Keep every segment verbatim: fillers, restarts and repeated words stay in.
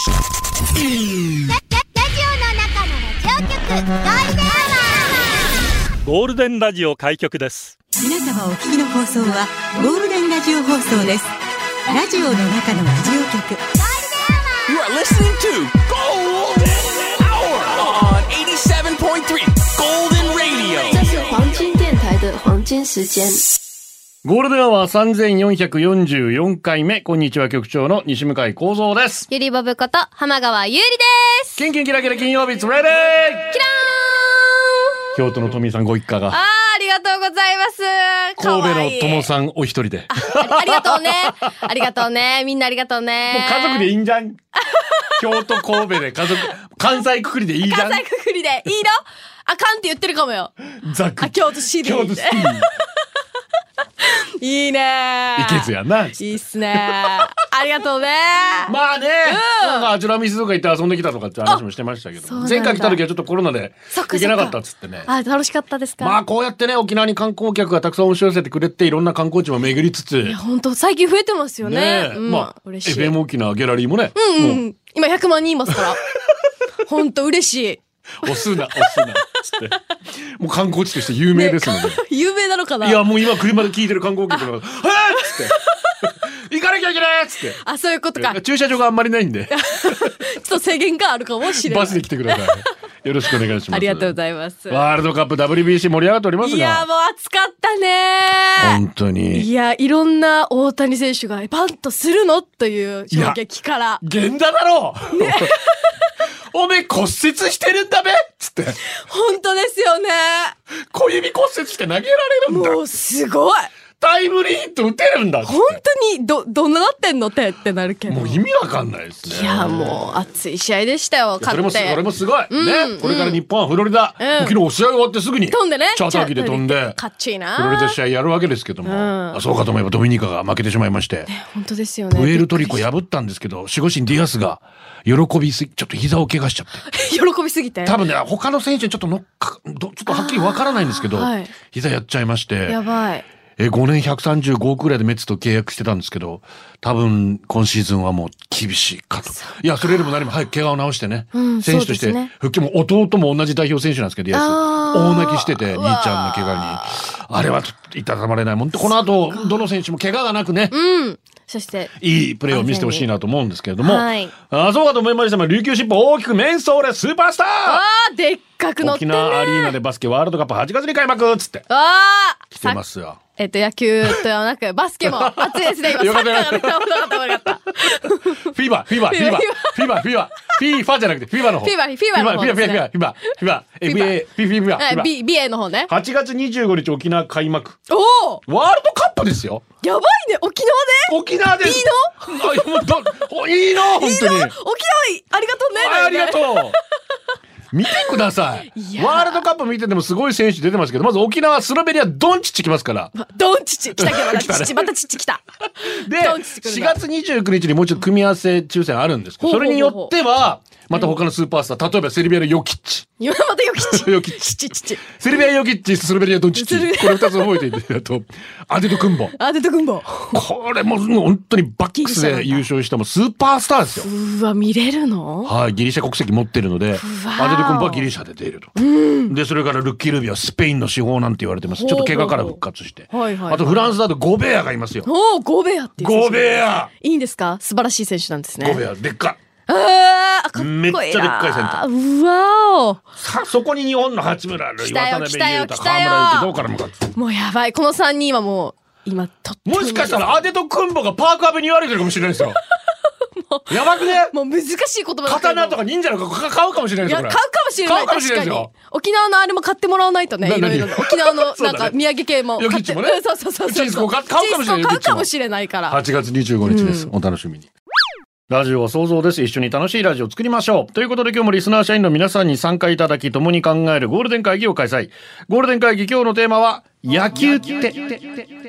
ゴールデンラジオ開局です。 皆様お聞きの放送はゴールデンラジオ放送です。ラジオの中のラジオ局 You are listening to Golden Hour on エイティセブンポイントスリー Golden Radio。 这是黄金電台的黄金時間。 ゴールデンアワーさんぜんよんひゃくよんじゅうよんかいめ。こんにちは、局長の西向井光三です。 ゆりぼぶこと浜川ゆうりです。 キンキンキラキラ金曜日ツレデーキラーン。 京都の富井さんご一家が、 あー、ありがとうございます。 神戸の友さんお一人であ, ありがとうねありがとうね、みんなありがとうね。 もう家族でいいんじゃん京都神戸で家族関西くくりでいいじゃん。 関西くくりでいいの。あかんって言ってるかもよ。 ザクあ、京都市でいい京都市いいねいけずやな。いいいっすねありがとうねまあね、 うん、 なんかあちらミスとか行って遊んできたとかって話もしてましたけど、前回来た時はちょっとコロナで行けなかったっつってね。 あ、楽しかったですか。 まあこうやってね、沖縄に観光客がたくさん押し寄せてくれて、いろんな観光地も巡りつつ、いや本当最近増えてますよね。 ね、 うん、 まあ嬉しい。 エフエム 沖縄ギャラリーもね、 うんうん、 もう今ひゃくまん人いますから本当嬉しい。 押すな押すなっつってもう観光地として有名ですので、ね、 有名なのかな。 いやもう今車で聞いてる観光客が「はぁ!」っつって行かなきゃいけないっつって。 あ、そういうことか。 駐車場があんまりないんでちょっと制限があるかもしれない。 バスで来てください。よろしくお願いします。 ありがとうございます。 ワールドカップ ダブリュービーシー 盛り上がっておりますが、 いやもう暑かったね。 本当に。 いや、いろんな大谷選手がバンとするのという衝撃から。 源田だろう、ね、おめえ骨折してるんだべっつって。 本当ですよね。 小指骨折して投げられるんだ。 もうすごい。 タイムリーヒット打てるんだ。 本当にどどんななってんの手ってなるけど。 もう意味わかんないですね。 いやもう熱い試合でしたよ。 それもそれもすごい、 うん、 ね。これから日本はフロリダ、うん、昨日試合終わってすぐに飛んでね。 チャーター機で飛んでかっちいな。 フロリダ試合やるわけですけども、うん、あそうかと思えばドミニカが負けてしまいまして。 ね、本当ですよね。 プエルトリコ破ったんですけど、守護神ディアスが喜びすぎ、ちょっと膝を怪我しちゃって。 喜びすぎて。 多分ね、他の選手にちょっとのっか、ちょっとはっきりわからないんですけど、はい、膝やっちゃいまして。 やばい。 えごねんひゃくさんじゅうごおくぐらいでメッツと契約してたんですけど、多分今シーズンはもう厳しいかと。いや、それよりも何も早く怪我を治してね、うん、選手として復帰も、弟も同じ代表選手なんですけど、大泣きしてて、兄ちゃんの怪我に。あれはちょっといたたまれないもんで、この後どの選手も怪我がなくね、 うん、そしていいプレーを見せてほしいなと思うんですけれども、 はい、 あそうかと思いましたが、琉球新報大きくメンソーレスーパースター、 あーでっかく乗ってね。 沖縄アリーナでバスケワールドカップはちがつに開幕っつってあ来てますよ。 えっと野球とはなくバスケも熱いですね。今サッカーが出たことなかったよかった。 フィバフィバフィバフィバフィバフィーファじゃなくてフィバの方。 フィバフィバの方ですね。 フィバフィバフィバフィバ エフエー フィフィフィバフィバ B B A の方ね。 はちがつにじゅうごにち沖縄開幕。 おお。 ワールドカップですよ。 やばいね。沖縄で。 沖縄で。いいの？いいの本当に。沖縄ありがとうね。 ありがとう。見てください。ワールドカップ見ててもすごい選手出てますけど、まず沖縄スロベニアドンチッチ来ますから。 ドンチッチ来たけど、チッチまたチッチ来た。 でしがつにじゅうくにちにもうちょっと組み合わせ抽選あるんですけど、それによってはまた他のスーパースター、例えばセルビアのヨキッチ。 今またヨキッチ。 ヨキッチ。 チッチチ。 セルビアヨキッチ、スロベニアドンチッチ。これ二つ覚えていて、あとアデトクンボ。 アデトクンボ。 これも本当にバックスで優勝したもスーパースターですよ。 うわ見れるの？ はい、ギリシャ国籍持ってるので、アデトクンボはギリシャで出ると。でそれからルッキー・ルビアはスペインの至宝なんて言われてます。ちょっと怪我から復活して。あとフランスだとゴベアがいますよ。 おおゴベアっていうゴベア。 いいんですか？素晴らしい選手なんですね。 ゴベアでっかい。 ああ、かっこいいな。 めっちゃでっかいセンター。うわお。 さそこに日本の八村塁、渡辺裕太、河村勇輝どうから向かって。 もうやばい。この三人はもう今とってももしかしたらアデトクンボがパークアベニュー歩いてるかもしれないですよ。やばくね。 もう難しい言葉だけど。 刀とか忍者のか買うかもしれないですよ。 いや買うかもしれない。 買うかもしれないですよ。 沖縄のあれも買ってもらわないとね。いろいろ沖縄のなんか土産系も買って。 ヨキッチもね。 そうそうそうそう。 チーズコ買うかもしれない。 チーズコ買うかもしれないから。 はちがつにじゅうごにちです。お楽しみに。ラジオは想像です。一緒に楽しいラジオを作りましょう。ということで今日もリスナー社員の皆さんに参加いただき共に考えるゴールデン会議を開催。ゴールデン会議今日のテーマは野球って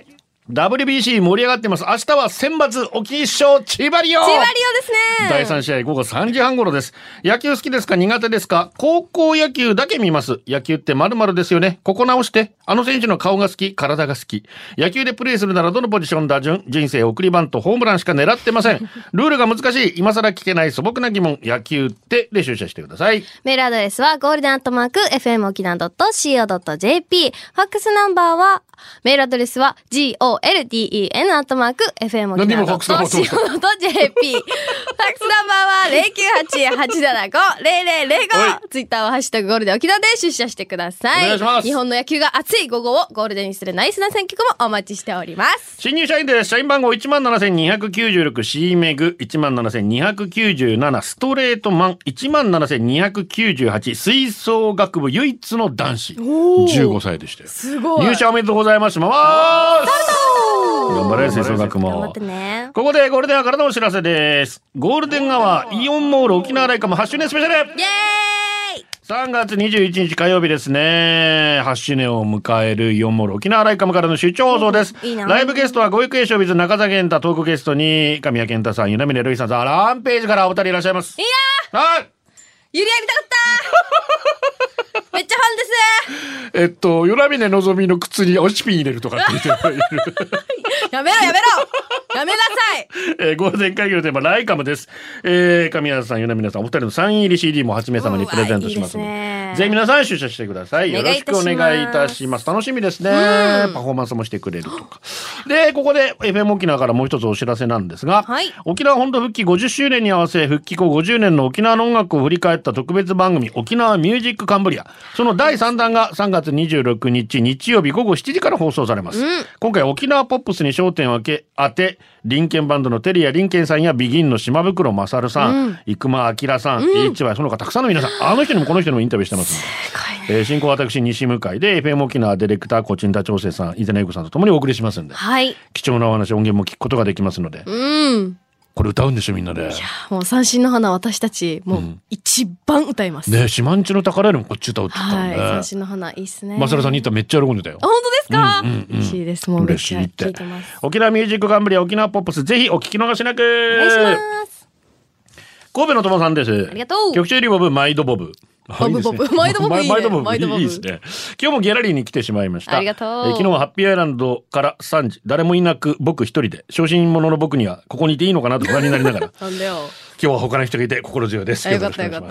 ダブリュービーシー 盛り上がってます。明日は選抜沖一勝千葉リオ。 千葉リオですね。 だいさん試合午後さんじはん頃です。野球好きですか苦手ですか？高校野球だけ見ます。野球って〇〇ですよね。ここ直して。あの選手の顔が好き、体が好き。野球でプレーするならどのポジション、打順、人生、送りバント、ホームランしか狙ってません。ルールが難しい。今更聞けない素朴な疑問。野球ってで出社してください。 メールアドレスはゴールデンアットマーク エフエム 沖縄 ドットシーオー ドット ジェーピー。ファックスナンバーはメールアドレスは ゴールデン アットマーク エフエム 沖縄 ドットシーオー ドット ジェーピー。ファックスナンバーはゼロきゅうはち はちななご ゼロゼロゼロご。ツイッターはハッシュタグゴールデン沖縄で出社してください。 お願いします。 日本の野球が熱い午後をゴールデンにするナイスな選曲もお待ちしております。 新入社員です。社員番号 いちまんななせんにひゃくきゅうじゅうろく シーメグ いちまんななせんにひゃくきゅうじゅうなな ストレートマン いちまんななせんにひゃくきゅうじゅうはち 吹奏楽部唯一の男子じゅうごさいでしてすごい。 入社おめでとうございます。まーす。頑張れ吹奏楽も。 頑張ってね。 ここでゴールデンアワーからのお知らせです。ゴールデンアワーイオンモール沖縄ライカムはちしゅうねんスペシャル。 イエーイ。 さんがつにじゅういちにち火曜日ですね。はちしゅうねんを迎えるイオンモール沖縄ライカムからの出張放送です。 いいな。 ライブゲストはご育英賞ビズ中澤健太、トークゲストに神谷健太さん、稲峰瑠衣さん、ザランページからお二人いらっしゃいます。 いやー。はい。 ゆりやりたかっためっちゃファンですえっと、与那峰のぞみの靴に押しピン入れるとかって言ってる。 やめろやめろやめなさい。 えー、ゴールデン会議のテーマライカムです。えー、神谷さん、与那峰さん、お二人のサイン入り シーディー もはちめいさまにプレゼントしますので、 いいですね。 ぜひ皆さん出社してください。よろしくお願いいたします。楽しみですね。パフォーマンスもしてくれるとか。で、ここで エフエム 沖縄からもう一つお知らせなんですが、 はい、 沖縄本土復帰ごじゅっしゅうねんに合わせ復帰後ごじゅうねんの沖縄の音楽を振り返った特別番組沖縄ミュージックカンブリア。そのだいさんだんがさんがつにじゅうろくにち日曜日午後しちじから放送されます。うん、今回沖縄ポップスに焦点を当て、リンケンバンドのテリア・リンケンさんやビギンの島袋勝さん、うん、生間明さん、うん、エイチワイ その他たくさんの皆さん、あの人にもこの人にもインタビューしてますので、えー、進行は私西向井で エフエム 沖縄ディレクターコチンタ調整さん、伊勢根子さんとともにお送りしますんで、 はい、 貴重なお話音源も聞くことができますので、 うん、 これ歌うんでしょみんなで。いやもう三振の花私たちもう一番歌います、 うん、ね、島んちの宝よりもこっち歌うって言ったもんね。 はい、三振の花いいっすね。 マサラさんに言ったらめっちゃ喜んでたよ。 本当ですか？ うんうんうん、 嬉しいです。もうめっちゃ聞いてます。 沖縄ミュージックカンブリア沖縄ポップスぜひお聞き逃しなく。 お願いします。 神戸の友さんです。 ありがとう。 局長よりボブマイドボブ。 ボブボブ、マイドボブいいね。 マイドボブいいですね。今日もギャラリーに来てしまいました。 ありがとう。 えー、昨日はハッピーアイランドからさんじ、誰もいなく僕一人で、小心者の僕にはここにいていいのかなと不安になりながら。 なんだよ。 今日は他の人がいて心強いです。 よかったよかった。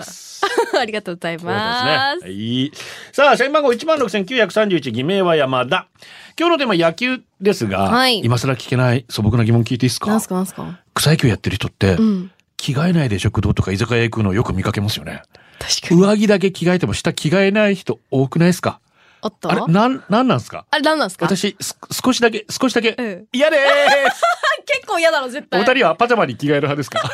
ありがとうございます。 そうですね。はい。さあ、社員番号 いちまんろくせんきゅうひゃくさんじゅういち、偽名は山田。今日のテーマ野球ですが、はい、今更聞けない素朴な疑問聞いていいですか？ なんすかなんすか？ 草野球やってる人って、うん、着替えないで食堂とか居酒屋行くのをよく見かけますよね。 確かに。 上着だけ着替えても下着替えない人多くないですか？ おっと？ あれ、なん、なんなんですか？ あれ、なんなんですか？ 私、す、少しだけ、少しだけ、 うん、 嫌でーす結構嫌だろ、絶対。 お二人はパジャマに着替える派ですか？え、こ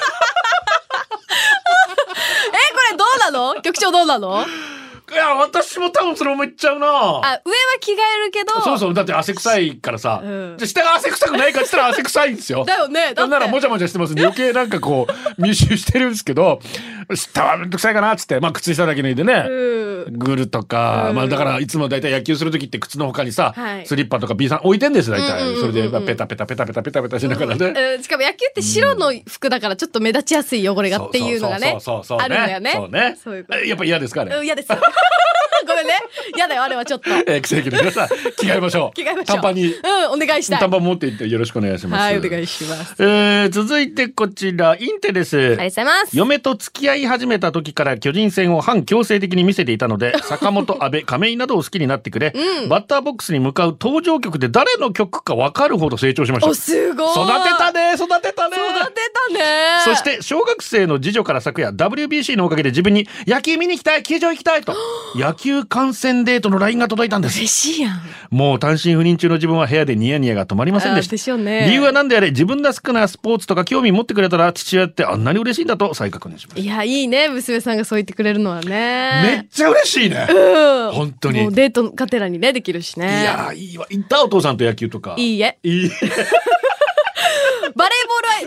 れどうなの？局長どうなの？ いや、私も多分それも言っちゃうな。あ、 上は着替えるけど。 そうそう、だって汗臭いからさ。うん、じゃ下が汗臭くないかって言ったら汗臭いんですよ。 だよね。だって。 ならもじゃもじゃしてますんで余計なんかこう、密集してるんですけど、下はめんどくさいかなっつって、まあ靴下だけ脱いでね、うん、グルとか、うん、まあだからいつも大体野球するときって靴の他にさ、はい、スリッパとか B さん置いてんです大体。それでペタペタペタペタペタペタしながらね。 うん、しかも野球って白の服だからちょっと目立ちやすい汚れがっていうのがね。 そうそうそうそう。 あるんだよね。 そうね。そういうこと。やっぱ嫌ですかね。 うん、嫌です。ごめんね。嫌だよ、あれはちょっと。 えー、奇跡で皆さん、着替えましょう。 着替えましょう。 短パンに。 うん、お願いしたい。 短パン持っていってよろしくお願いします。 はい、お願いします。 えー、続いてこちら、インテです。ありがとうございます。 嫁と付き合い始めた時から巨人戦を反強制的に見せていたので、坂本、阿部、亀井などを好きになってくれ、うん、バッターボックスに向かう登場曲で誰の曲か分かるほど成長しました。 お、すごい。 育てたね、育てたね。 育てたね。 そして、小学生の次女から昨夜、ダブリュービーシー のおかげで自分に野球見に行きたい、球場行きたいと、野球観戦デートの ライン が届いたんです。 嬉しいやん。 もう単身赴任中の自分は部屋でニヤニヤが止まりませんでした。 ですよね。 理由は何であれ、自分が好きなスポーツとか興味持ってくれたら父親ってあんなに嬉しいんだと再確認しました。 いや、いいね、娘さんがそう言ってくれるのはね。 めっちゃ嬉しいね。 うん。 本当に。 もうデートがてらにね、できるしね。 いや、いいわ。行ったお父さんと野球とか。 いいえ。 いいえ。 バレーボールは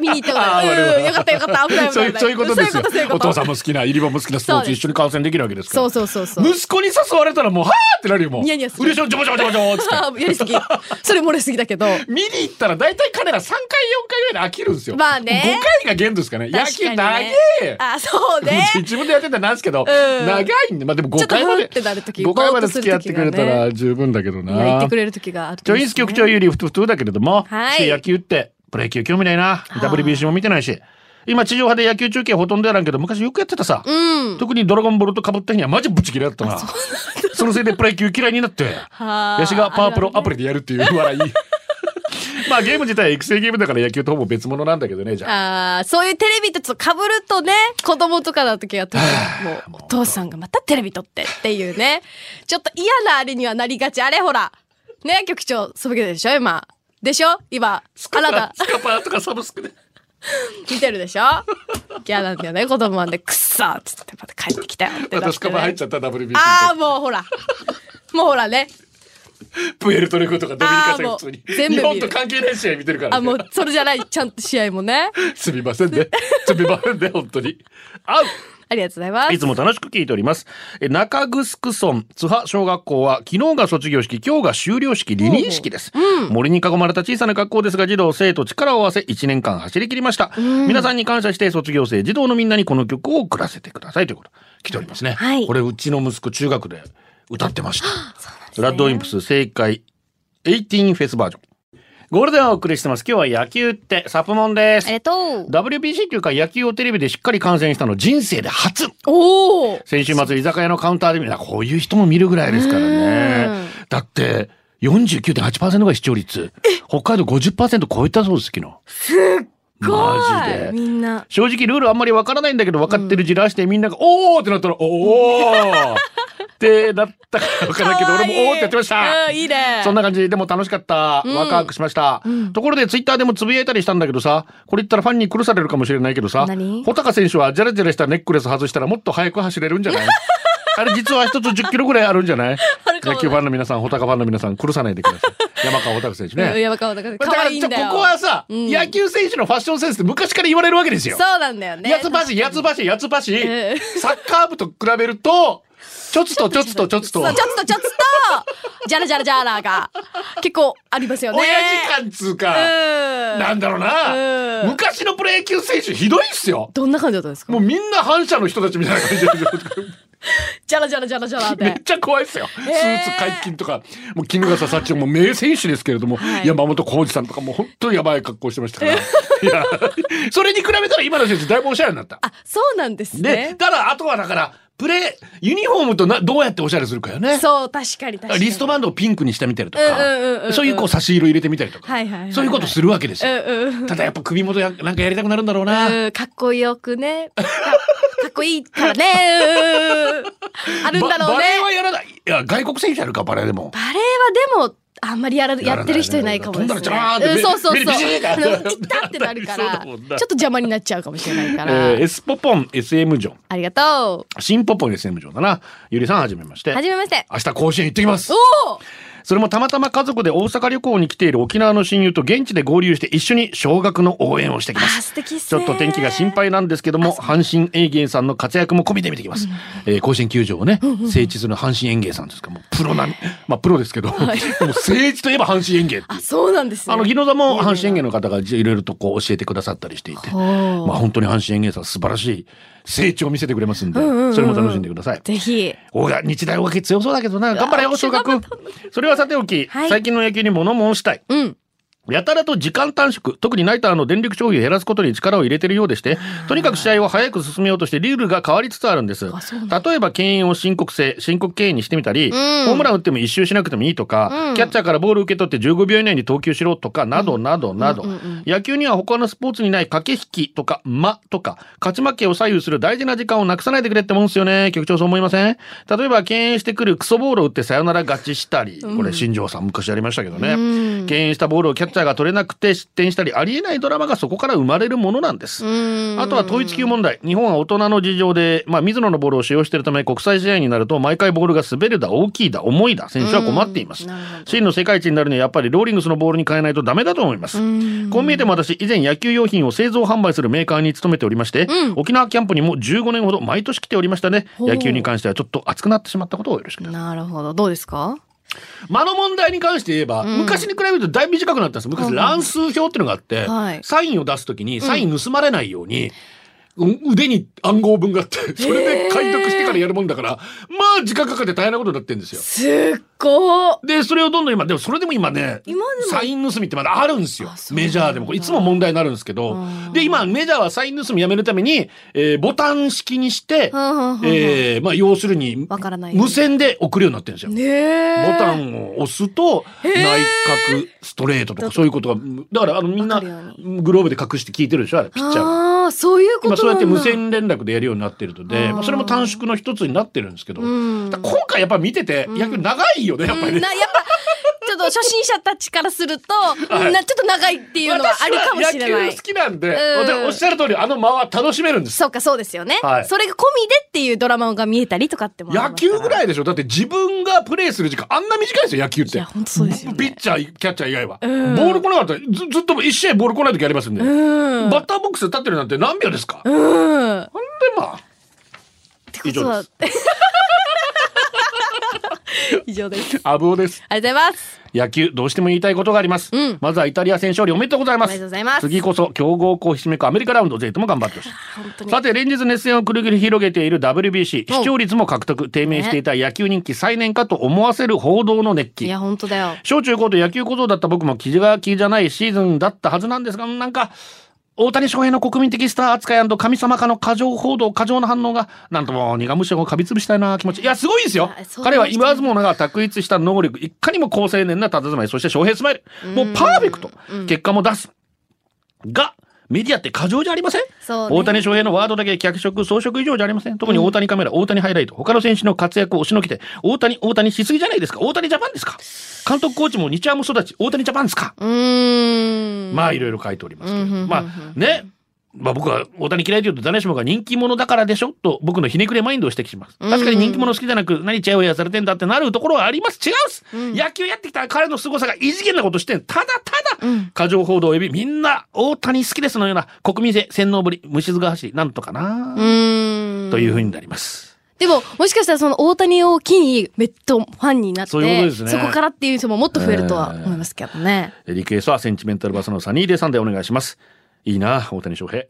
見に行ったことある。うんよかったよかった危ない危ない。 そういうことですよ。お父さんもも好きな入り場も好きなスポーツ一緒に観戦できるわけですから。 そうそうそうそう。 息子に誘われたらもうはーってなるよもう。 ニヤニヤする。 嬉しいジョボジョボジョボジョボっつって。 やりすぎ。それ漏れすぎだけど。 見に行ったら大体彼らさんかいよんかいぐらいで飽きるんですよ。 まあね。 ごかいが限度ですかね。野球長え。 あそうね。 自分でやってたらなんですけど、 うん、 長いんでまあでもごかいまでごかいまで付き合ってくれたら十分だけどな。 言ってくれる時がある、ね。 ジョインス局長よりふつふつだけれども、 はい、 野球ってプロ野球興味ないな。ダブリュービーシー も見てないし。今地上波で野球中継ほとんどやらんけど昔よくやってたさ、うん、特にドラゴンボールと被った日にはマジブチ切れだったな。 そ, そのせいでプロ野球嫌いになってヤシがパワープロアプリでやるっていう笑いまあゲーム自体は育成ゲームだから野球とほぼ別物なんだけどね。じゃああそういうテレビとちょっと被るとね子供とかの時はもうお父さんがまたテレビ撮ってっていうねちょっと嫌なあれにはなりがち。あれほらね局長そういうわけでしょ今でしょ今スカパースカパーとかサブスクで見てるでしょ嫌なんだよね子供なんでくっそーっつってまた帰ってきたよって、ね、 私カバー入っちゃった ダブリュービーシーああもうほらもうほらねプエルトリコとかドミニカ戦普通に全部日本と関係ない試合見てるから、ね、 あもうそれじゃないちゃんと試合もねすみませんねすみませんね本当にあうありがとうございます。 いつも楽しく聞いております。え中城村津波小学校は昨日が卒業式、今日が修了式、離任式です、うん、森に囲まれた小さな学校ですが児童生徒力を合わせいちねんかん走り切りました、うん、皆さんに感謝して卒業生児童のみんなにこの曲を送らせてくださいということ来ておりますね、はい、これうちの息子中学で歌ってました、ね、ラッドウィンプス正解じゅうはちフェスバージョンゴールデンをお送りしてます。今日は野球ってサプモンです。 ありがとう。 ダブリュービーシー というか野球をテレビでしっかり観戦したの人生で初。 おー。 先週末居酒屋のカウンターで見たこういう人も見るぐらいですからね。だって よんじゅうきゅうてんはちパーセント が視聴率。北海道 ごじゅっパーセント 超えたそうです昨日。 すっごい。 マジで。 みんな。 正直ルールあんまりわからないんだけど分かってるじらしてみんなが、うん、おーってなったらおーってなったから分からないけど俺もおーってやってました、 うん、いいね。そんな感じでも楽しかった、うん、ワクワクしました、うん、ところでツイッターでもつぶやいたりしたんだけどさこれ言ったらファンに苦されるかもしれないけどさ穂高選手はジャラジャラしたネックレス外したらもっと速く走れるんじゃないあれ実は一つじゅっキロぐらいあるんじゃない野球ファンの皆さん穂高ファンの皆さん苦さないでください山川穂高選手ね、 うん、山川穂高選手可愛いんだよ。 だからここはさ、うん、野球選手のファッションセンスって昔から言われるわけですよ。 そうなんだよね。 やつばしやつばしやつばし、うん、サッカー部と比べるとちょつとちょつとちょつとちょつとちょつとジャラジャラジャラが結構ありますよね。 親父感つうかなんだろうな昔のプロ野球選手ひどいっすよ。 どんな感じだったんですか。 もうみんな反射の人たちみたいな感じでジャラジャラジャラジャラってめっちゃ怖いっすよ、えー、スーツ解禁とかもう衣笠幸男も名選手ですけれども、はい、山本浩二さんとかもう本当にやばい格好してましたからいやそれに比べたら今の選手だいぶおしゃれになった。 あそうなんですね。 でただあとはだからプレーユニフォームとなどうやっておしゃれするかよね。 そう確かに確かに。 リストバンドをピンクにしてみたりとか、うんうんうんうん、そういうこう差し色入れてみたりとか、はいはいはいはい、そういうことするわけですよ、うんうん、ただやっぱ首元やなんかやりたくなるんだろうな、 うん、かっこよくねか, かっこいいからねあるんだろうね。 バレーはやらない。いや外国選手やるかバレーでも。 バレーはでもあんまりやらやってる人いないかもですね。 うん、 そうそうそう。いったってなるからちょっと邪魔になっちゃうかもしれないから。 えー、エスポポン エスエム ジョン。 ありがとう。 新ポポン エスエム ジョンだな。ゆりさんはじめまして。 はじめまして。 明日甲子園行ってきます。 おお。 それもたまたま家族で大阪旅行に来ている沖縄の親友と現地で合流して一緒に小学の応援をしてきます。 あ素敵っすね。 ちょっと天気が心配なんですけども阪神園芸さんの活躍も込みで見てきます、うんえー、甲子園球場をね、うんうん、聖地する阪神園芸さんですか。もうプロなまあプロですけど、はい、もう聖地といえば阪神園芸っていう。 あそうなんですね。 あの宜野座も阪神園芸の方がいろいろとこう教えてくださったりしていて、まあ本当に阪神園芸さん素晴らしい成長を見せてくれますんで、うんうんうん、それも楽しんでください。 ぜひ。 おが日大大垣強そうだけどな頑張れよ小学。それはさておき、はい、最近の野球に物申したい、うんやたらと時間短縮特にナイターの電力消費を減らすことに力を入れているようでしてとにかく試合を早く進めようとしてルールが変わりつつあるんです。例えば敬遠を申告制申告敬遠にしてみたり、うん、ホームラン打っても一周しなくてもいいとか、うん、キャッチャーからボール受け取ってじゅうごびょう以内に投球しろとかなどなどなど、うんうんうん、野球には他のスポーツにない駆け引きとか間とか勝ち負けを左右する大事な時間をなくさないでくれってもんですよね。局長そう思いません？例えば敬遠してくるクソボールを打ってサヨナラ勝ちしたり、うん、これ新庄さん昔やりましたけどね、うん、敬遠したボールをキャッャーが取れなくて失点したり、ありえないドラマがそこから生まれるものなんです。あとは統一級問題。日本は大人の事情で、まあ、水野のボールを使用しているため、国際試合になると毎回ボールが滑るだ、大きいだ、重いだ、選手は困っています。真の世界一になるにはやっぱりローリングスのボールに変えないとダメだと思います。こう見えても私、以前野球用品を製造販売するメーカーに勤めておりまして、うん、沖縄キャンプにもじゅうごねんほど毎年来ておりましたね。野球に関してはちょっと熱くなってしまったことをよろしく。 なるほど。どうですか？ 間の問題に関して言えば、うん、昔に比べるとだいぶ短くなったんです。昔乱数表っていうのがあって、はい、サインを出すときにサイン盗まれないように、うん、腕に暗号文があって、それで解読してからやるもんだから、まあ時間かかって大変なことになってるんですよ。 すっごー。 でそれをどんどん今、でもそれでも今ね、今でもサイン盗みってまだあるんですよ。メジャーでもこれいつも問題になるんですけど、で今メジャーはサイン盗みやめるために、えー、ボタン式にして、えー、まあ要するに無線で送るようになってるんですよ。ボタンを押すと内角ストレートとかそういうことが、だからあのみんなグローブで隠して聞いてるでしょ、あれピッチャーが。 あ、そういうことなんだ。 今そうやって無線連絡でやるようになってるので、まあ、それも短縮の一つになってるんですけど、今回やっぱ見てて野球長いよね、やっぱりね。 なやっぱちょっと初心者たちからすると、はい、なちょっと長いっていうのはあるかもしれない。 野球好きなんで、おっしゃる通りあの間は楽しめるんです。 そうか、そうですよね、はい、それが込みでっていうドラマが見えたりとかっても野球ぐらいでしょ。だって自分がプレーする時間あんな短いですよ、野球って。 いや本当そうですよね。 ピッチャーキャッチャー以外はボール来なかったら ず, ずっと一試合ボール来ない時ありますんで、バッターボックスで立ってるなんて何秒ですか。うん、なんでまあ以上です。 以上です。 アブオです。 ありがとうございます。 野球どうしても言いたいことがあります、うん、まずはイタリア戦勝利おめでとうございます。 おめでとうございます。 次こそ強豪校ひしめくアメリカラウンドぜひとも頑張ってほしい。さて連日熱戦を繰り広げている ダブリュービーシー 視聴率も獲得、低迷していた野球人気再燃かと思わせる報道の熱気。 いや本当だよ。 小中高と野球小僧だった僕も気が気じゃないシーズンだったはずなんですが、なんか大谷翔平の国民的スター扱い&神様化の過剰報道過剰な反応がなんとも苦虫をかみつぶしたいな気持ち。いやすごいですよ。彼は言わずもが卓越した能力、いかにも高青年な佇まい、そして翔平スマイル、もうパーフェクト、結果も出すがメディアって過剰じゃありません、ね、大谷翔平のワードだけ脚色装飾以上じゃありません。特に大谷カメラ、うん、大谷ハイライト、他の選手の活躍を押しのけて大谷大谷しすぎじゃないですか。大谷ジャパンですか。監督コーチも日ハム育ち大谷ジャパンですか。うーん、まあいろいろ書いておりますけど、まあね、まあ、僕は大谷嫌いというと誰しもが人気者だからでしょと僕のひねくれマインドを指摘します。確かに人気者好きじゃなく何ちゃうやされてんだってなるところはあります。違うっす、うん、野球やってきた彼の凄さが異次元なことしてん。ただただ、うん、過剰報道を呼びみんな大谷好きですのような国民性洗脳ぶり虫塚走りなんとかなうーんという風になります。 でももしかしたらその大谷を機にめっとファンになって、 そういうことですね、 そこからっていう人ももっと増えるとは思いますけどね、 えー、リクエストはセンチメンタルバスのサニーデーさんでお願いします。いいな大谷翔平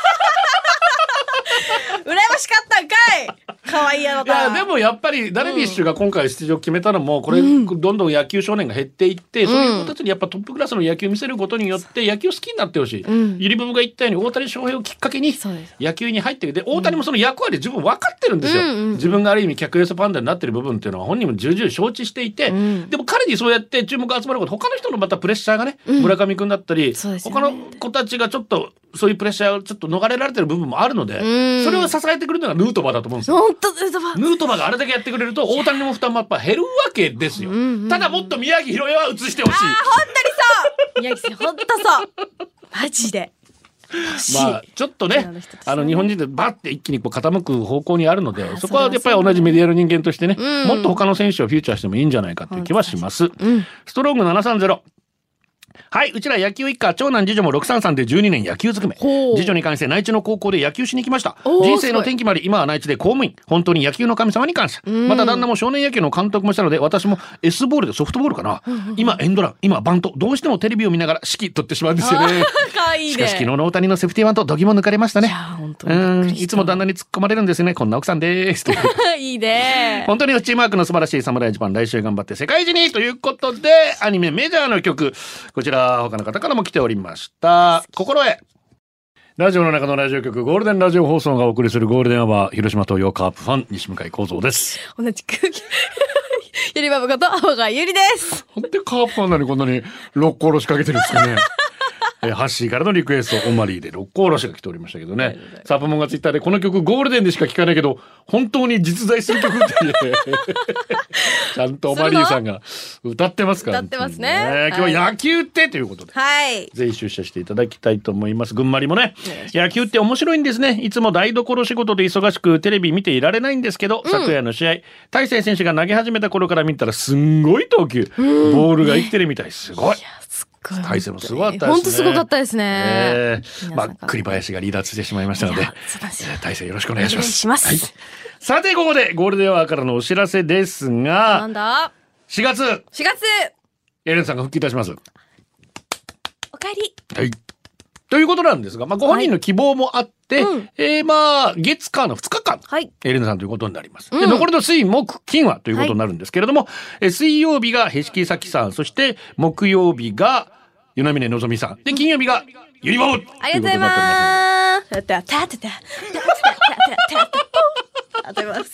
羨ましかったんかい。かわいいやろな。 いやでもやっぱりダルビッシュが今回出場決めたのもこれ、うん、どんどん野球少年が減っていって、うん、そういう子たちにやっぱトップクラスの野球を見せることによって野球好きになってほしい、うん、ゆりぶぶが言ったように大谷翔平をきっかけに野球に入ってきて、大谷もその役割自分分かってるんですよ、うん、自分がある意味客寄せパンダになってる部分っていうのは本人も重々承知していて、うん、でも彼にそうやって注目が集まること、他の人のまたプレッシャーがね、うん、村上君だったり、ね、他の子たちがちょっとそういうプレッシャーをちょっと逃れられてる部分もあるので、それを支えてくるのがヌートバーだと思うんですよ。 本当ヌートバー。 ヌートバーがあれだけやってくれると大谷の負担もやっぱ減るわけですよ。ただもっと宮城宏也は移してほしい。あ本当にそう。宮城さん本当そう。マジで。 まあちょっとね、あの日本人でバッて一気にこう傾く方向にあるので、そこはやっぱり同じメディアの人間としてね、もっと他の選手をフューチャーしてもいいんじゃないかっていう気はします。ストロングななさんゼロ。はい、うちら野球一家、長男次女もろくさんさんでじゅうにねん野球ずくめ。次女に関して内地の高校で野球しに来ました。人生の転機まで今は内地で公務員。本当に野球の神様に感謝。また旦那も少年野球の監督もしたので、私も S ボールでソフトボールかな、うんうん、今エンドラン、今バント、どうしてもテレビを見ながら指揮取ってしまうんですよね。 かわいいね。 しかし昨日の大谷のセーフティーバント度肝抜かれましたね。いや本当にうん、いつも旦那に突っ込まれるんですよね。こんな奥さんですいいね。 本当にチームワークの素晴らしい侍ジャパン、来週頑張って世界一にということで、アニメメジャーの曲、こちら他の方からも来ておりました。心得ラジオの中のラジオ局、ゴールデンラジオ放送がお送りするゴールデンアワー、広島東洋カープファン西向井光三です。 同じくゆりばぶこと青川ゆりです。 なんでカープファンなのにこんなに六甲おろしかけてるんですかねえーハッシーからのリクエストオマリーで六甲おろしが来ておりましたけどね。サープモンがツイッターでこの曲ゴールデンでしか聴かないけど本当に実在する曲ってちゃんとオマリーさんが歌ってますから、 歌ってますね。 今日は野球ってということで、 はい。 ぜひ出社していただきたいと思います。群馬りもね、野球って面白いんですね。いつも台所仕事で忙しくテレビ見ていられないんですけど、うん、昨夜の試合大勢選手が投げ始めた頃から見たらすんごい投球、うん、ボールが生きてるみたい。すごい。大勢もすごかったですね。 本当すごかったですね。 えー、まあ栗林が離脱してしまいましたので、大勢よろしくお願いします。 します、はい。 さてここでゴールデンアワーからのお知らせですが、 なんだ？ しがつ。 しがつ。 エレンさんが復帰いたします。 おかえり。 はい。ということなんですが、まあご本人の希望もあって、はい、えー、まあ月火のふつかかん、はい、エレンさんということになります。うん、で残りの水木金はということになるんですけれども、はい、え水曜日がへしきさきさん、そして木曜日が与那嶺のぞみさんで、金曜日がゆりぼぶ。 ありがとうございます。ありがとうございます。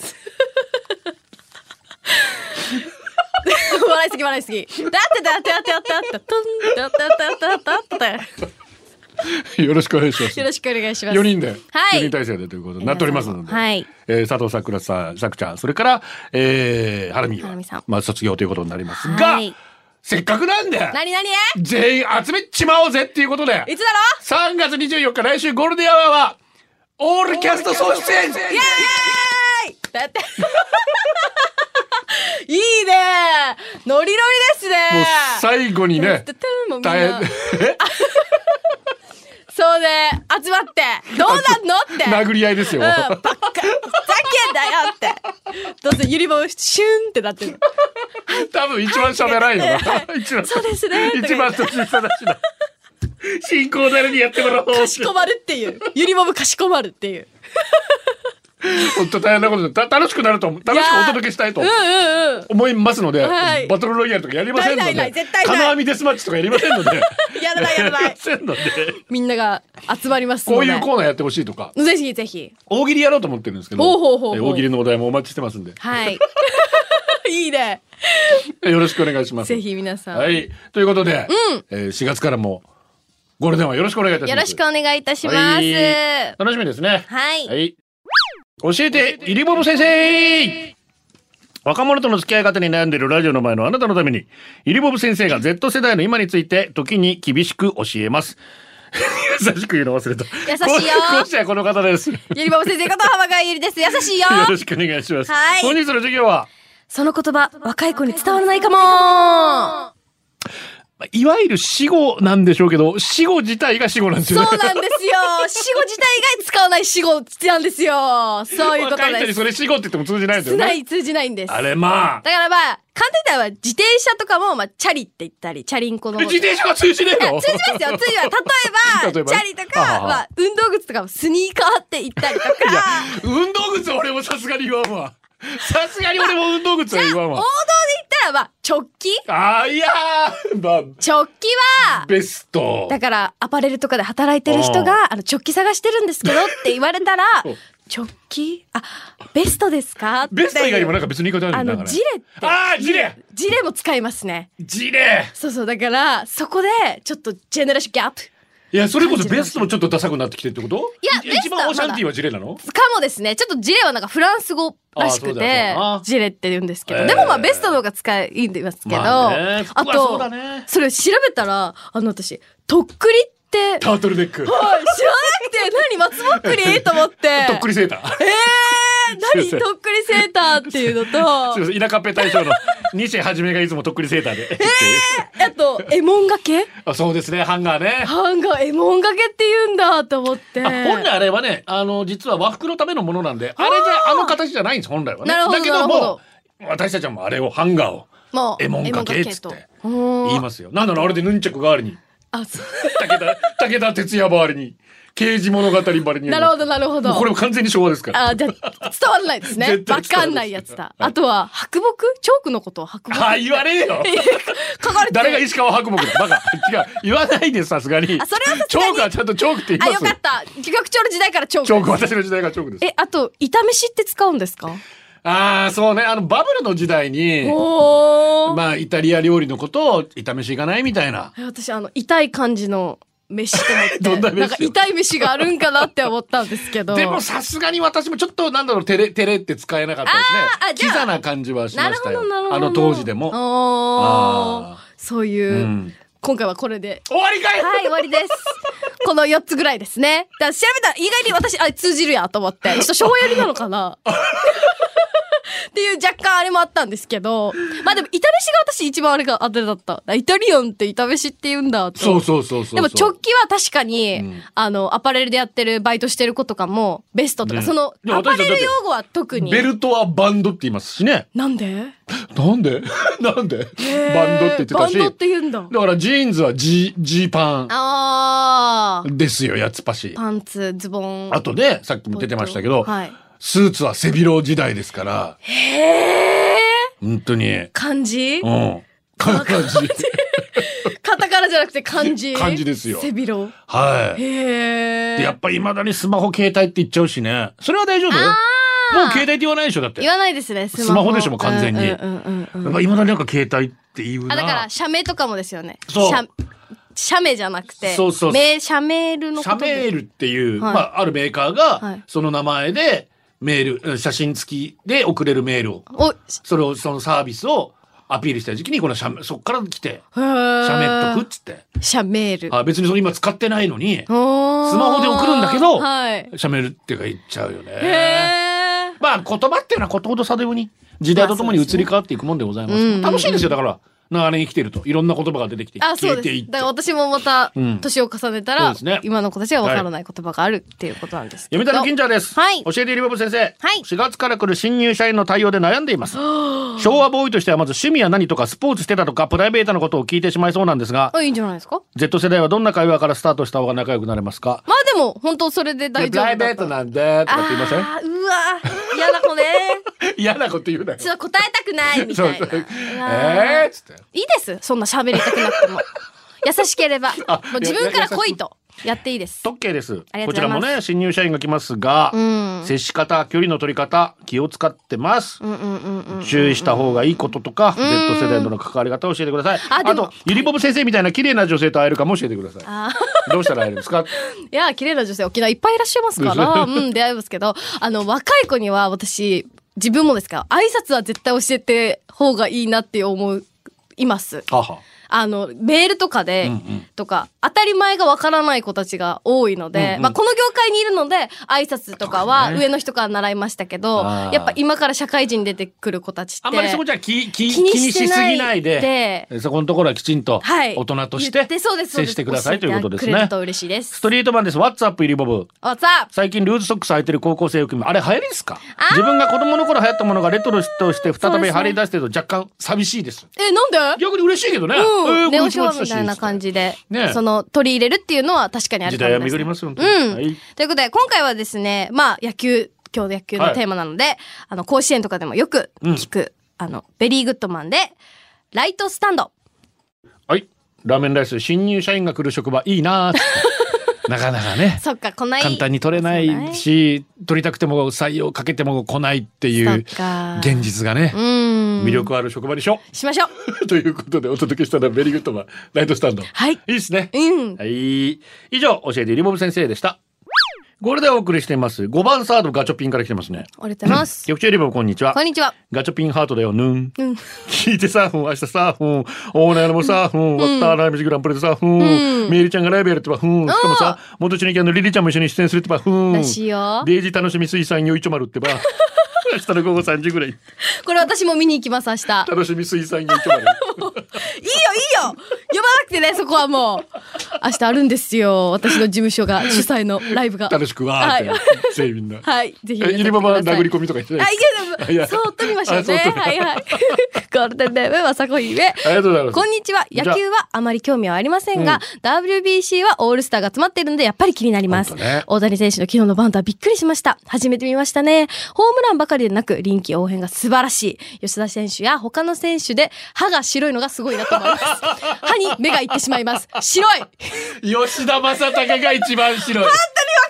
笑いすぎ笑いすぎ。だってだってだってだってだってだってだってだってよろしくお願いします。 よろしくお願いします。 よにんで、 はい、 よにん体制でということになっておりますので、 はい、 えー、佐藤さくらさん、さくちゃん、それから、えー、ハラミはまあ卒業ということになりますが、はい、せっかくなんで何何全員集めちまおうぜっていうことで、 いつだろさんがつにじゅうよっか来週ゴールデンアワーはオールキャスト総出演。イエーイだっていいねノリノリですね。 もう最後にね大変そうね、集まってどうなんのって殴り合いですよ、うん、 バッカふざけんだよってどうせゆりぼシュンってなってる多分一番喋らんよな、 一番そうですね一番年下だしな進行誰にやってもらおうかしこまるっていうゆりぼぶかしこまるっていう本当大変なことで楽しくなると楽しくお届けしたいと思いますので、うんうんうんはい、バトルロイヤルとかやりませんので、金網デスマッチとかやりませんのでやらないやらないみんなが集まりますので、 こういうコーナーやってほしいとかぜひぜひ大喜利やろうと思ってるんですけど、 ほうほうほうほう、 大喜利のお題もお待ちしてますんで、 はいいいねよろしくお願いします。 ぜひ皆さん、 はい、ということで、 うんえー、しがつからもゴールデンはよろしくお願いいたします。 よろしくお願いいたします、はい、 楽しみですね。 はい、 はい、教えてゆりぼぶ先生。若者との付き合い方に悩んでいるラジオの前のあなたのためにゆりぼぶ先生が Z 世代の今について時に厳しく教えます優しく言うの忘れた。 優しいよ。 講師はこの方です。 ゆりぼぶ先生こと浜川ゆりです。優しいよ。 よろしくお願いします。 はい、 本日の授業はその言葉若い子に伝わらないかも。 いわゆる死語なんでしょうけど、死語自体が死語なんですよね。 そうなんですよ。死語自体が使わない死語なんですよ。そういうことです。 若い人にそれ死語って言っても通じないんですよね。 通じない通じないんです。 あれまあ。 だからまあ簡単に言ったら自転車とかもまあチャリって言ったり、チャリンコの。 自転車が通じねえの？ 通じますよ。通じます。例えば例えばチャリとか、はあはあ、まあ運動靴とかもスニーカーって言ったりとか。いや運動靴は俺もさすがに言わんわ。さすがに俺も運動靴は言わんわ。 王道で言ったらまあ直帰。 ああいやー、まあ、 直帰はベスト。 だからアパレルとかで働いてる人があの直帰探してるんですけどって言われたら直帰あベストですかって。 ベスト以外にもなんか別に言い方あるんだから。 あのジレってああジレジレも使いますね。 ジレそうそうだからそこでちょっとジェネレーションギャップ。 いやそれこそベストもちょっとダサくなってきてってこと？ いや一番オシャンティーはジレなの？ かもですね。ちょっとジレはなんかフランス語らしくてジレって言うんですけど、えー、でもまあベストの方が使いいんですけど、まあね、あとそ、ね、それを調べたらあの私とっくりってタートルネックはい知らなくて何松ぼっくりと思ってとっくりセーターえー何とっくりセーターっていうのとすいません田舎っぺ大将の西はじめがいつもとっくりセーターでえー、あとエモンがけあそうですねハンガーねハンガーエモンがけって言うんだと思って本来あれはねあの実は和服のためのものなんであれであの形じゃないんです本来はね。 なるほどだけども私たちはもうあれをハンガーをもうエモンがけっつって言いますよ。なんだろうあれでヌンチャク代わりにあそう武田武田鉄矢代わりに刑事物語ばりになるほどなるほどこれも完全に昭和ですから。 あじゃあ伝わらないですねわかんないやつだ、はい、あとは白木チョークのことを白木あ言われよ書かれて誰が石川白木だバカ違う言わないですさすがに。 あそれはチョークはちゃんとチョークって言います。 あよかった局長の時代からチョークチョーク私の時代がチョークです。 えあと炒めしって使うんですか？ ああそうねあのバブルの時代にまあイタリア料理のことを炒めしいかないみたいな。 私あの痛い感じの飯と思ってどんな飯よなんか痛い飯があるんかなって思ったんですけどでもさすがに私もちょっとなんだろうテレテレって使えなかったですね。 あーあじゃあキザな感じはしましたよ。 なるほどなるほどあの当時でも。 おーあそういう、 うん今回はこれで終わりかい。 はい終わりですこのよっつぐらいですね。だから調べたら意外に私あ通じるやと思ってちょっと昭和寄りなのかなっていう若干あれもあったんですけど、まあでもイタ飯が私一番あれが当てだった。イタリアンってイタ飯って言うんだと。 そうそうそうそうそう。 でも直帰は確かに、 うんあのアパレルでやってるバイトしてる子とかもベストとか、 ねそのでもアパ私たちレル用語は特にベルトはバンドって言いますしね。 なんでなんでなんでバンドって言ってたし。 バンドって言うんだ。 だからジーンズはジジーパンあーですよ、やつぱし。 パンツズボンあとね、さっきも出てましたけど、 はい、 スーツは背広時代ですから。 へー本当に。 漢字うん。感じ。 カタカナじゃなくて漢字漢字ですよ背広はい。 へーでやっぱり未だにスマホ携帯って言っちゃうしね。それは大丈夫よ。もう携帯って言わないでしょ、だって。 言わないですねスマホスマホでしょもう完全にうんうんうんうんやっぱ未だになんか携帯って言うな。 あだから社名とかもですよね。 そう社社名じゃなくてそうそう名社メールのこシャとでメールっていう、 はいまあ、あるメーカーはいが、その名前でメール、写真付きで送れるメールを、 おそれを、そのサービスをアピールした時期に、このシャメ、そっから来て、 へーシャメっとくっつって。 社メールあ別にそれ今使ってないのに、 スマスマホで送るんだけどはいシャメルっていうか言っちゃうよね。 へーまあ言葉っていうのはことほどさでように時代とともに移り変わっていくもんでございます。 まあそうですね楽しいですよ、だから。長年生きてるといろんな言葉が出てきてあ、そうです。 消えていってだから私もまたうん年を重ねたら、 そうですね今の子たちはわからない言葉があるっていうことなんですけど。 読谷金ちゃんです。 はい教えてリボブ先生。 はいしがつから来る新入社員の対応で悩んでいます。昭和ボーイとしてはまず趣味は何とかスポーツしてたとかプライベートなことを聞いてしまいそうなんですが、 あ、いいんじゃないですか。 Z 世代はどんな会話からスタートした方が仲良くなれますか？ まあでも本当それで大丈夫だった。 プライベートなんでとかって言いません？ あーうわ嫌な子ね。 嫌なこと言うなよ。 ちょっと答えたくないみたいな。 そうそううわーえーっつって。 いいですそんな喋りたくなくても優しければあもう自分から来いとやっていいです。 特権です。 ありがとうこちらございますもね新入社員が来ますが、 うん接し方距離の取り方気を使ってます。 うんうんうんうん注意した方がいいこととか、Z 世代との関わり方を教えてください。ああでもとゆりぼぶ先生みたいな綺麗な女性と会えるかも教えてください。 あどうしたら会えるんですか？ いや綺麗な女性沖縄いっぱいいらっしゃいますからうん出会いますけどあの若い子には私自分もですか挨拶は絶対教えて方がいいなって思いますはは。 あのメールとかで、 うんうんとか当たり前がわからない子たちが多いので、 うんうんまあ、この業界にいるので挨拶とかはそうね上の人から習いましたけど、 あーやっぱ今から社会人出てくる子たちってあんまりそこじゃ気気気に気にしすしてないぎないで、そこのところはきちんとはい大人として言ってそうですそうです接してくださいということですね教えてくれる。と嬉しいですストリートマンです。What's up ゆりぼぶ。 あさあ最近ルーズソックス履いてる高校生を組むあれ流行りですか？ あー自分が子供の頃流行ったものがレトロとして再びそうですね張り出してると若干寂しいです。 えなんで逆に嬉しいけどね。 うん、 えーネオショこれ一番ーみたいな感じで、 ねその取り入れるっていうのは確かにある時かもですね代は巡りますよ。本当にうん、 はいということで今回はですねまあ野球今日野球のテーマなので、あの甲子園とかでもよく聞く、あのベリーグッドマンでライトスタンド。 はい。ラーメンライス新入社員が来る職場いいなーってなかなかねそっか来ない簡単に取れないし取りたくても採用かけても来ないっていそっうか現実がねうん魅力ある職場でしょしましょうということでお届けしたのはベリーグッドマンライトスタンド。 はいいいですね。 うんはい。以上、教えてリボブ先生でした。これでお送りしています。ごばんサードガチョピンから来てますね。 ありがとうございます局長リボブこんにちはこん。にちはガチョピンハートだよ、ぬん。 うん聞いてさーふん、明日さーふん、オーナーもさーふん、ワッターライブジグランプリでさーふん、 うんメイリちゃんがライブやるってばふん、しかもさ、元中にキャンのリリちゃんも一緒に出演するってばふん、 らしいよデイジー楽しみ水産よいちょまるってば、明日の午後さんじぐらい、 これ私も見に行きます明日楽しみ水産よいちょまる。 いいよいいよ呼ばなくてねそこはもう明日あるんですよ私の事務所が主催のライブが楽しくわーって、 はい全員みんな。 はいぜひえ、ユニババ殴り込みとか言ってないあ、いやいやでも、そーっと見ましょうあそーっと。 ねはいはい。ゴールデンネーム、まさこ姫。 ありがとうございます。 こんにちは。野球はあまり興味はありませんが、ダブリュービーシー はオールスターが集まっているので、やっぱり気になります。 本当ね大谷選手の昨日のバントはびっくりしました。初めて見ましたね。ホームランばかりでなく、臨機応変が素晴らしい。吉田選手や他の選手で、歯が白いのがすごいなと思います。歯に目がいってしまいます。白い。本吉田正尚が一番白い。 当にわかる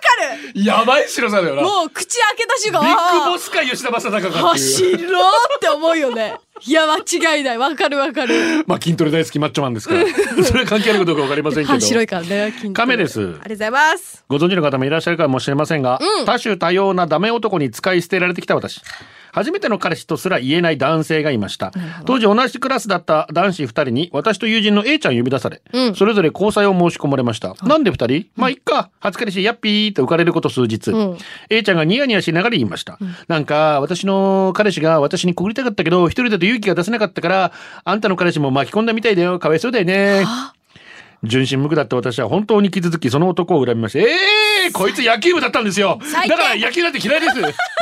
やばい白さだよな。 もう口開けた瞬間ビッグボスか吉田正尚かっていう。 走ろうって思うよね。いや間違いない。わかるわかる。 まあ筋トレ大好きマッチョマンですからそれ関係あるかどうかわかりませんけど。 白いからね。筋トレカメです。ありがとうございます。 ご存知の方もいらっしゃるかもしれませんが、うん、多種多様なダメ男に使い捨てられてきた私。初めての彼氏とすら言えない男性がいました。当時同じクラスだった男子ふたりに私と友人の A ちゃん呼び出され、うん、それぞれ交際を申し込まれました。なんでふたり、まあいっか、初彼氏ヤッピーと浮かれること数日、うん、A ちゃんがニヤニヤしながら言いました、うん、なんか私の彼氏が私に告りたかったけど一人だと勇気が出せなかったからあんたの彼氏も巻き込んだみたいだよ、かわいそうだよね。純真無垢だった私は本当に傷つきその男を恨みました。えー、こいつ野球部だったんですよ。だから野球なんて嫌いです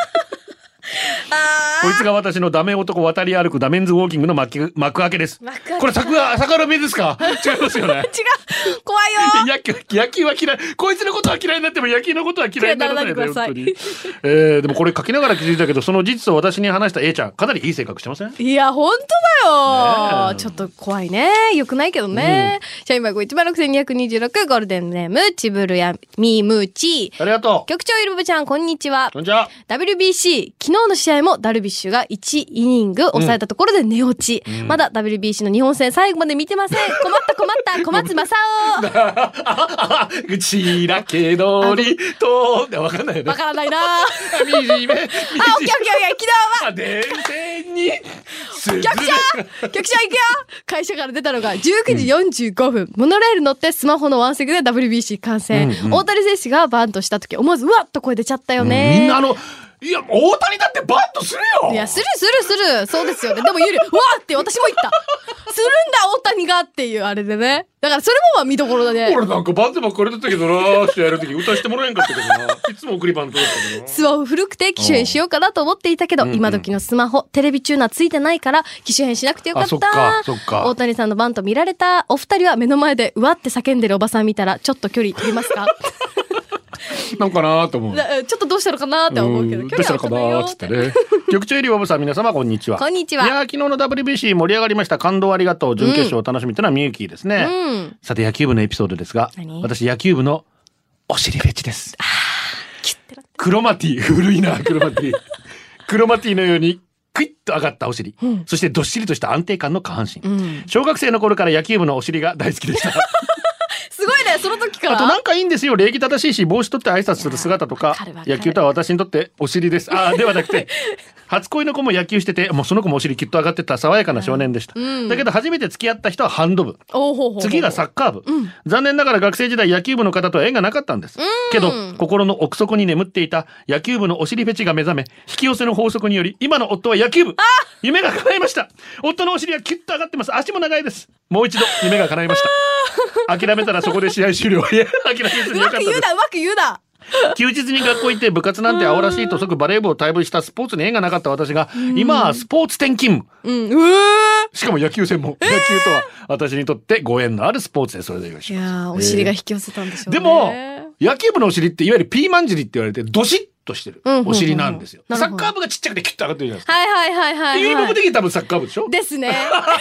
こいつが私のダメ男渡り歩くダメンズウォーキングの幕幕開けです。これ桜桜目ですか？違いますよね。違う、 怖いよ。 野球野球は嫌い。こいつのことは嫌いになっても野球のことは嫌いにならないで本当に。えー、でもこれ書きながら気づいたけどその事実を私に話した A ちゃんかなりいい性格してません？ いや本当だよ、ね、ちょっと怖いね。よくないけどね。社員番号 いちまんろくせんにひゃくにじゅうろく ゴールデンネームちぶるやみーむーちー。 ありがとう。 局長いるぶちゃんこんにちは。 こんにちは。 ダブリュービーシー 昨日の試合もダルビッシュがいちイニング抑えたところで寝落ち、うん、まだ ダブリュービーシー の日本戦最後まで見てません。困った困った小松正夫うちらけどりとわかんないよね。 わからないなみじめあ、オッケーオッケーオッケー。 昨日は電線に局長局長行くよ。会社から出たのがじゅうくじよんじゅうごふん、うん、モノレール乗ってスマホのワンセグで ダブリュービーシー 観戦、うんうん、大谷選手がバントした時思わずうわっと声出ちゃったよね、 うん、みんなあのいや大谷だってバントするよ。 いやするするするそうですよね。でもゆりうわーって私も言ったするんだ大谷がっていうあれでね。だからそれもまあ見どころだね。 俺なんかバントばっかりだったけどな試合やるとき歌してもらえんかったけどないつも送りバントだったけどな。 スマホ古くて機種変しようかなと思っていたけど、うんうん、今時のスマホテレビチューナーついてないから機種変しなくてよかった。 そっかそっか。 大谷さんのバント見られたお二人は目の前でうわって叫んでるおばさん見たらちょっと距離取りますかなんかなと思う。 ちょっとどうしたのかなって思うけど、 どうしたのかなっつってね。局長よりバブさん皆様こんにちは。 こんにちは。 いや昨日の ダブリュービーシー 盛り上がりました。感動ありがとう。準決勝お楽しみというのはみゆきですね、うん、さて野球部のエピソードですが、私野球部のお尻フェチです。クロマティ古いなクロマティクロマティのようにクイッと上がったお尻、うん、そしてどっしりとした安定感の下半身、うん、小学生の頃から野球部のお尻が大好きでしたすごいねその時から。 あとなんかいいんですよ。礼儀正しいし帽子取って挨拶する姿とか野球とは私にとってお尻です。あではなくて初恋の子も野球しててもうその子もお尻きっと上がってた爽やかな少年でした、うん、だけど初めて付き合った人はハンド部、次がサッカー部、うん、残念ながら学生時代野球部の方とは縁がなかったんです、うん、けど心の奥底に眠っていた野球部のお尻フェチが目覚め引き寄せの法則により今の夫は野球部。夢が叶いました。夫のお尻はキュッと上がってます。足も長いです。もう一度夢が叶いました諦めたらそこで試合終了。いや諦めずによかったです。うまく言うなうまく言うな休日に学校行って部活なんて青らしいと即バレー部を退部したスポーツに縁がなかった私が今はスポーツ転勤務、うん、うしかも野球専門、えー、野球とは私にとってご縁のあるスポーツです。それでよろしい。 いやお尻が引き寄せたんでしょうね。 でも野球部のお尻っていわゆるピーマン尻って言われてドシッとしてるお尻なんですよ、うんうんうんうん、サッカー部がちっちゃくてキュッと上がってるじゃないですか。 はいはいはいはい、はい、 ユニフォーム的に多分サッカー部でしょですね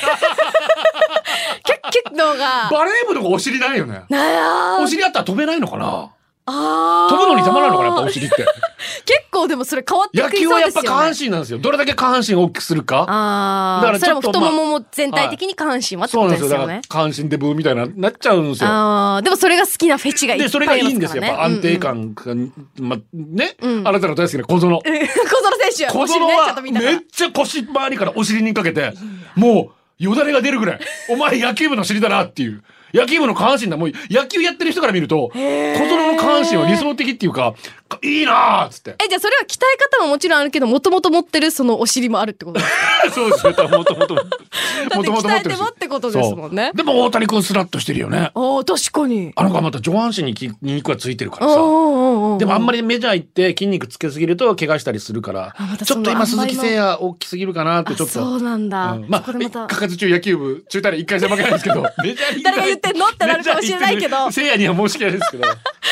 キュッキュッのがバレー部の方がお尻ないよね。お尻あったら飛べないのかな。 あ飛ぶのにたまらんのかなやっぱお尻って結構でもそれ変わってくるそうですよね。 野球はやっぱ下半身なんですよ。どれだけ下半身を大きくするか。 あだからちょっとそれも太ももも全体的に下半身はってことですよね。そうなんですよ。だから下半身デブみたいななっちゃうんですよ。 あでもそれが好きなフェチがいっぱいありますからね。 でそれがいいんですよ。やっぱ安定感が、うんうんまね、うん、あなたの大好きな小園小園選手小園はめっちゃ腰回りからお尻にかけてもうよだれが出るぐらいお前野球部の尻だなっていう。野球部の下半身だ。もう野球やってる人から見ると小園の下半身は理想的っていうかいいなーっつって。 えじゃあそれは鍛え方ももちろんあるけどもともと持ってるそのお尻もあるってことですかそうですよ。もともともともと鍛えてもってことですもんね。 でも大谷君スラッとしてるよね。 あ確かにあの子はまた上半身に筋肉がついてるからさ。でもあんまりメジャー行って筋肉つけすぎると怪我したりするから、ま、ちょっと今鈴木誠也大きすぎるかなってちょっと。 そうなんだ、 うん、まあかかず中野球部中退で一回戦負けないですけどメジャーリーグ誰が言ってんのってなるかもしれないけど誠也には申し訳ないですけど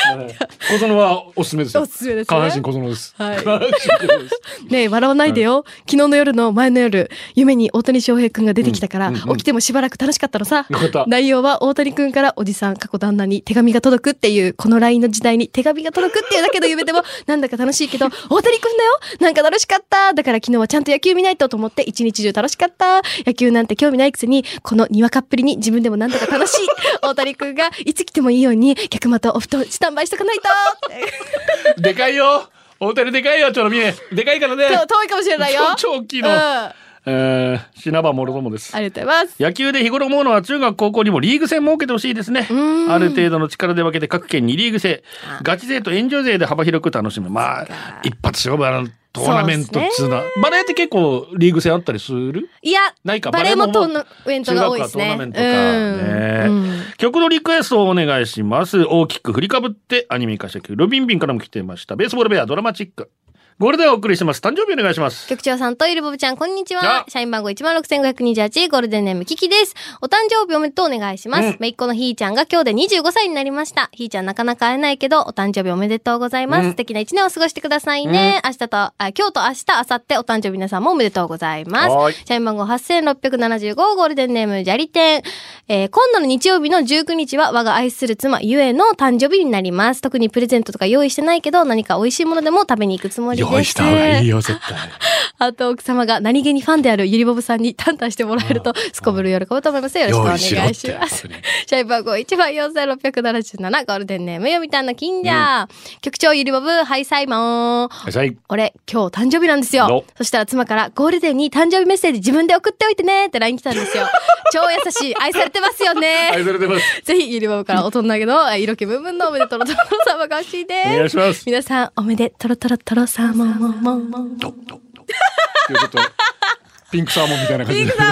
小園はおすすめですよ。 おすすめですね下半身小園です。 はい下半身小園です。 ねえ、笑わないでよ。昨日の夜の前の夜、夢に大谷翔平くんが出てきたから、 うんうんうん、 起きてもしばらく楽しかったのさ。 よかった。 内容は大谷くんからおじさん、過去旦那に手紙が届くっていう、この ライン の時代に手紙が届くっていうだけの夢でも、なんだか楽しいけど、大谷くんだよ、なんか楽しかった。だから昨日はちゃんと野球見ないとと思って一日中楽しかった。野球なんて興味ないくせに、このにわかっぷりに自分でもなんだか楽しい。大谷くんがいつ来てもいいように、逆股お布団スタンバイしとかないと。 でかいよ。大谷でかいよ、ちょろみえ。でかいからね。 遠いかもしれないよ。 超大きいの。 うん、 えー、品場もろともです。 ありがとうございます。 野球で日頃思うのは中学高校にもリーグ戦設けてほしいですね。ある程度の力で分けて各県にリーグ制、ガチ勢と援助勢で幅広く楽しむ。まあ一発勝負あのトーナメントっつうのは、バレーって結構リーグ戦あったりする？ いや、 ないか。 バレーもトーナメントが多いですね。 中学はトーナメントか、ね、うん、曲のリクエストをお願いします。大きく振りかぶってアニメ化した曲、ルビンビンからも来てました。ベースボールベアドラマチック。ゴールデンをお送りしてます。誕生日お願いします。 局長さんとゆるぼぶちゃん、こんにちは。社員番号 いちまんろくせんごひゃくにじゅうはち、ゴールデンネームキキです。お誕生日おめでとうお願いします。めいっ子のひーちゃんが今日でにじゅうごさいになりました。ひーちゃんなかなか会えないけど、お誕生日おめでとうございます。うん、素敵な一年を過ごしてくださいね。うん、明日と、あ、今日と明日、明後日、お誕生日皆さんもおめでとうございます。社員番号はっせんろっぴゃくななじゅうご、ゴールデンネームジャリテン。えー、今度の日曜日のじゅうくにちは我が愛する妻ゆえの誕生日になります。特にプレゼントとか用意してないけど、何か美味しいものでも食べに行くつもりです。 用意した方がいいよ、絶対。 あと奥様が何気にファンであるゆりぼぶさんにタンタンしてもらえるとすこぶる喜ぶと思います。よろしくお願いします。シャイ番号いちまんよんせんろっぴゃくななじゅうなな、ゴールデンネームよみたんの金者、うん、局長ゆりぼぶ、はいサイモン、 はい、 俺今日誕生日なんですよ。そしたら妻からゴールデンに誕生日メッセージ自分で送っておいてねって ライン 来たんですよ。超優しい、愛されてますよね。 愛されてます。 ぜひゆりぼぶから大人げの色気ムンムンのおめでとろとろ様が欲しいです。 お願いします。 皆さんおめでとろとろとろさももももちょっとピンクサーモンみたいな感じで。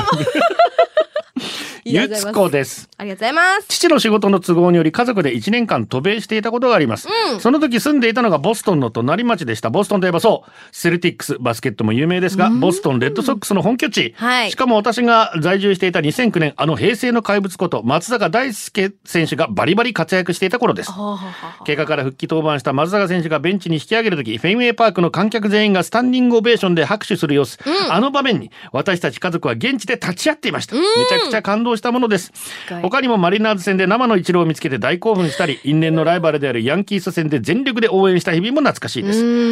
ゆつこです。 ありがとうございます。 父の仕事の都合により家族でいちねんかん渡米していたことがあります、うん、その時住んでいたのがボストンの隣町でした。ボストンといえばそうセルティックス、バスケットも有名ですが、ボストンレッドソックスの本拠地、はい、しかも私が在住していたにせんきゅうねん、あの平成の怪物こと松坂大輔選手がバリバリ活躍していた頃です。怪我から復帰登板した松坂選手がベンチに引き上げる時、フェンウェイパークの観客全員がスタンディングオベーションで拍手する様子、うん、あの場面に私たち家族は現地で立ち会っていました、うん、めちゃくちゃ感動したものです。他にもマリナーズ戦で生のイチローを見つけて大興奮したり、因縁のライバルであるヤンキース戦で全力で応援した日々も懐かしいです。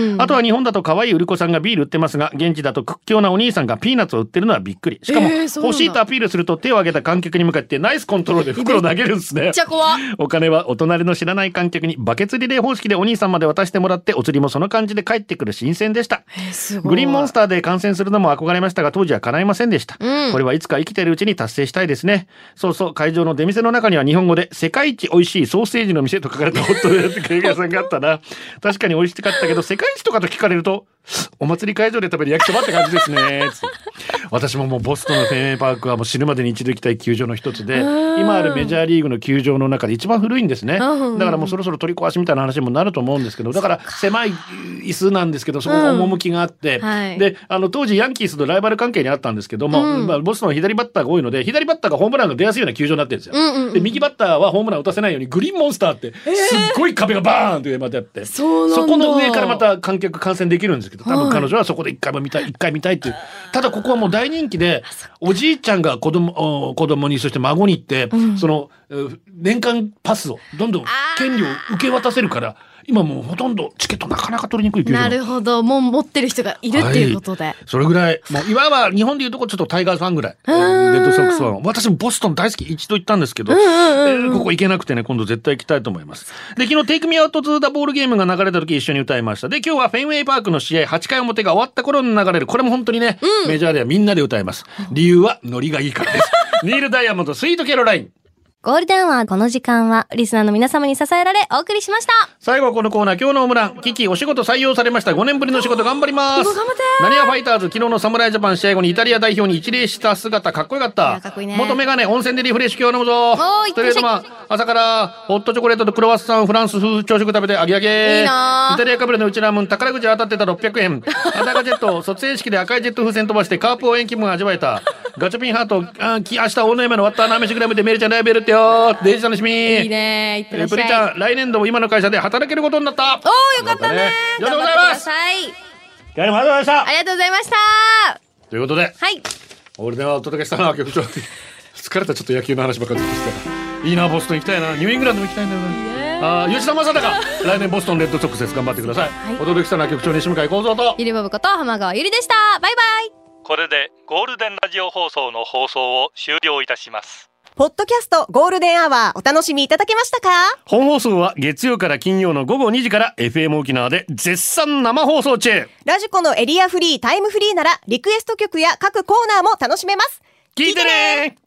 あとは日本だと可愛い売り子さんがビール売ってますが、現地だと屈強なお兄さんがピーナッツを売ってるのはびっくり。しかも、えー、欲しいとアピールすると手を挙げた観客に向かってナイスコントロールで袋を投げるんですね。めっちゃ怖っ。お金はお隣の知らない観客にバケツリレー方式でお兄さんまで渡してもらって、お釣りもその感じで帰ってくる新鮮でした。えー、すごい。グリーンモンスターで観戦するのも憧れましたが、当時は叶いませんでした、うん、これはいつか生きているうちに達成したいですね。そうそう、会場の出店の中には日本語で世界一美味しいソーセージの店と書かれたホットドッグケーキ屋さんがあったな。確かに美味しかったけど、世界一とかと聞かれるとお祭り会場で食べる焼きそばって感じですね。私ももうボストンのフェンウェイパークはもう死ぬまでに一度行きたい球場の一つで、今あるメジャーリーグの球場の中で一番古いんですね。だからもうそろそろ取り壊しみたいな話にもなると思うんですけど、だから狭い椅子なんですけど、そこが趣があって、うん、はい、であの当時ヤンキースとライバル関係にあったんですけども、うん、まあ、ボストンは左バッターが多いので、左バッターがホームランが出やすいような球場になってるんですよ、うんうんうん、で右バッターはホームラン打たせないようにグリーンモンスターってすっごい壁がバーンと上まであって、えー、そ, そこの上からまた観客観戦できるんですけど、多分彼女はそこで一回も見たい、一回見たいっていう。ただここはもう大人気で、おじいちゃんが子供、子供に、そして孫に行って、うん、その年間パスをどんどん権利を受け渡せるから、今もうほとんどチケットなかなか取りにくい球場。 なるほど、もう持ってる人がいるっていうことで、はい、 それぐらいもういわば日本でいうとこちょっとタイガースファンぐらい、レッドソックスファン。私もボストン大好き、一度行ったんですけど、うんうんうんうん、ここ行けなくてね、今度絶対行きたいと思います。で昨日テイクミアウトツーザボールゲームが流れた時一緒に歌いました。で今日はフェンウェイパークの試合はちかい表が終わった頃に流れる、これも本当にね、うん、メジャーではみんなで歌います。理由はノリがいいからですニール・ダイヤモンド、スイート・キャロライン。 ゴールデンはこの時間はリスナーの皆様に支えられお送りしました。 最後はこのコーナー、今日のホームラン。キキお仕事採用されました。ごねんぶりの仕事頑張ります。なにわファイターズ、昨日の侍ジャパン試合後にイタリア代表に一礼した姿かっこよかった。かっこいいね。元メガネ温泉でリフレッシュ今日飲むぞ。とりあえずまあ朝からホットチョコレートとクロワッサンフランス風朝食食べてあげあげ。いいな。イタリアかぶれのうちラームン宝くじ当たってたろっぴゃくえん。裸ジェット卒園式で赤いジェット風船飛ばしてカープ応援気分味わえた。 ガチャピンハート、あき明日大野山のワッターナーメシグラムでメリちゃんライブやるってよ。デイジ楽しみ。 いいね。いってらっしゃい。 プリちゃん、来年度も今の会社で働けることになった。 おー、よかったね。 ありがとうございます。 はい。 今日もありがとうございました。 ありがとうございました。 ということで、 はい。 オールデンはお届けしたのは局長。疲れた、ちょっと野球の話ばっかりしてた。いいな、ボストン行きたいな。ニューイングランドも行きたいんだよな。あ、吉田正尚、来年ボストンレッドソックスです。頑張ってください。はい、お届けしたのは局長西向井幸三とゆりぼぶこと浜川ゆりでした。バイバイ。 これでゴールデンラジオ放送の放送を終了いたします。 ポッドキャストゴールデンアワーお楽しみいただけましたか？ 本放送は月曜から金曜の午後にじから エフエム 沖縄で絶賛生放送中。 ラジコのエリアフリータイムフリーならリクエスト曲や各コーナーも楽しめます。 聞いてね。